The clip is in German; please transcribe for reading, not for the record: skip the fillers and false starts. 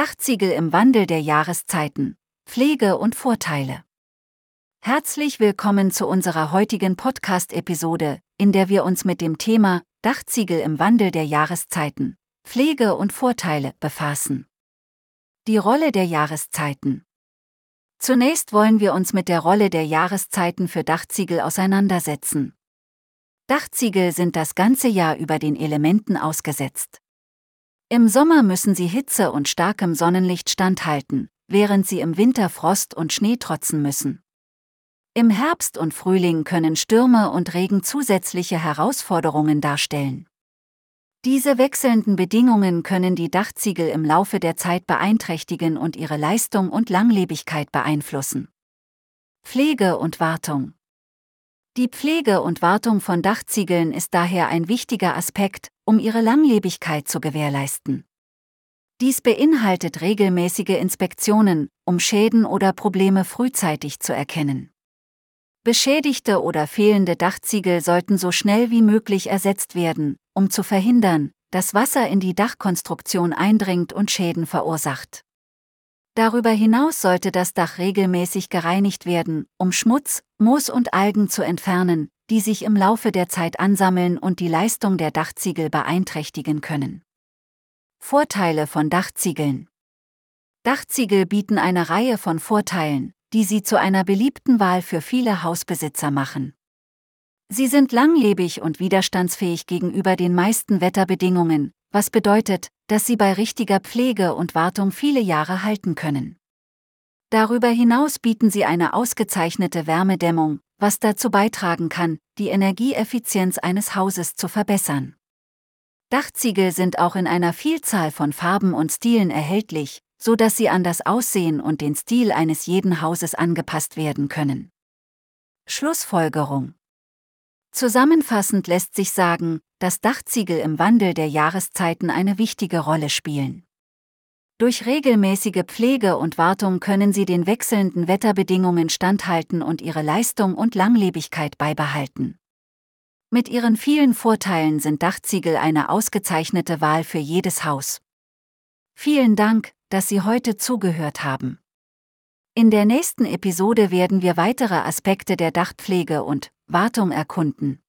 Dachziegel im Wandel der Jahreszeiten, Pflege und Vorteile. Herzlich willkommen zu unserer heutigen Podcast-Episode, in der wir uns mit dem Thema Dachziegel im Wandel der Jahreszeiten, Pflege und Vorteile befassen. Die Rolle der Jahreszeiten. Zunächst wollen wir uns mit der Rolle der Jahreszeiten für Dachziegel auseinandersetzen. Dachziegel sind das ganze Jahr über den Elementen ausgesetzt. Im Sommer müssen sie Hitze und starkem Sonnenlicht standhalten, während sie im Winter Frost und Schnee trotzen müssen. Im Herbst und Frühling können Stürme und Regen zusätzliche Herausforderungen darstellen. Diese wechselnden Bedingungen können die Dachziegel im Laufe der Zeit beeinträchtigen und ihre Leistung und Langlebigkeit beeinflussen. Pflege und Wartung. Die Pflege und Wartung von Dachziegeln ist daher ein wichtiger Aspekt, um ihre Langlebigkeit zu gewährleisten. Dies beinhaltet regelmäßige Inspektionen, um Schäden oder Probleme frühzeitig zu erkennen. Beschädigte oder fehlende Dachziegel sollten so schnell wie möglich ersetzt werden, um zu verhindern, dass Wasser in die Dachkonstruktion eindringt und Schäden verursacht. Darüber hinaus sollte das Dach regelmäßig gereinigt werden, um Schmutz, Moos und Algen zu entfernen, die sich im Laufe der Zeit ansammeln und die Leistung der Dachziegel beeinträchtigen können. Vorteile von Dachziegeln. Dachziegel bieten eine Reihe von Vorteilen, die sie zu einer beliebten Wahl für viele Hausbesitzer machen. Sie sind langlebig und widerstandsfähig gegenüber den meisten Wetterbedingungen, was bedeutet, dass sie bei richtiger Pflege und Wartung viele Jahre halten können. Darüber hinaus bieten sie eine ausgezeichnete Wärmedämmung, was dazu beitragen kann, die Energieeffizienz eines Hauses zu verbessern. Dachziegel sind auch in einer Vielzahl von Farben und Stilen erhältlich, so dass sie an das Aussehen und den Stil eines jeden Hauses angepasst werden können. Schlussfolgerung. Zusammenfassend lässt sich sagen, dass Dachziegel im Wandel der Jahreszeiten eine wichtige Rolle spielen. Durch regelmäßige Pflege und Wartung können sie den wechselnden Wetterbedingungen standhalten und ihre Leistung und Langlebigkeit beibehalten. Mit ihren vielen Vorteilen sind Dachziegel eine ausgezeichnete Wahl für jedes Haus. Vielen Dank, dass Sie heute zugehört haben. In der nächsten Episode werden wir weitere Aspekte der Dachpflege und Wartung erkunden.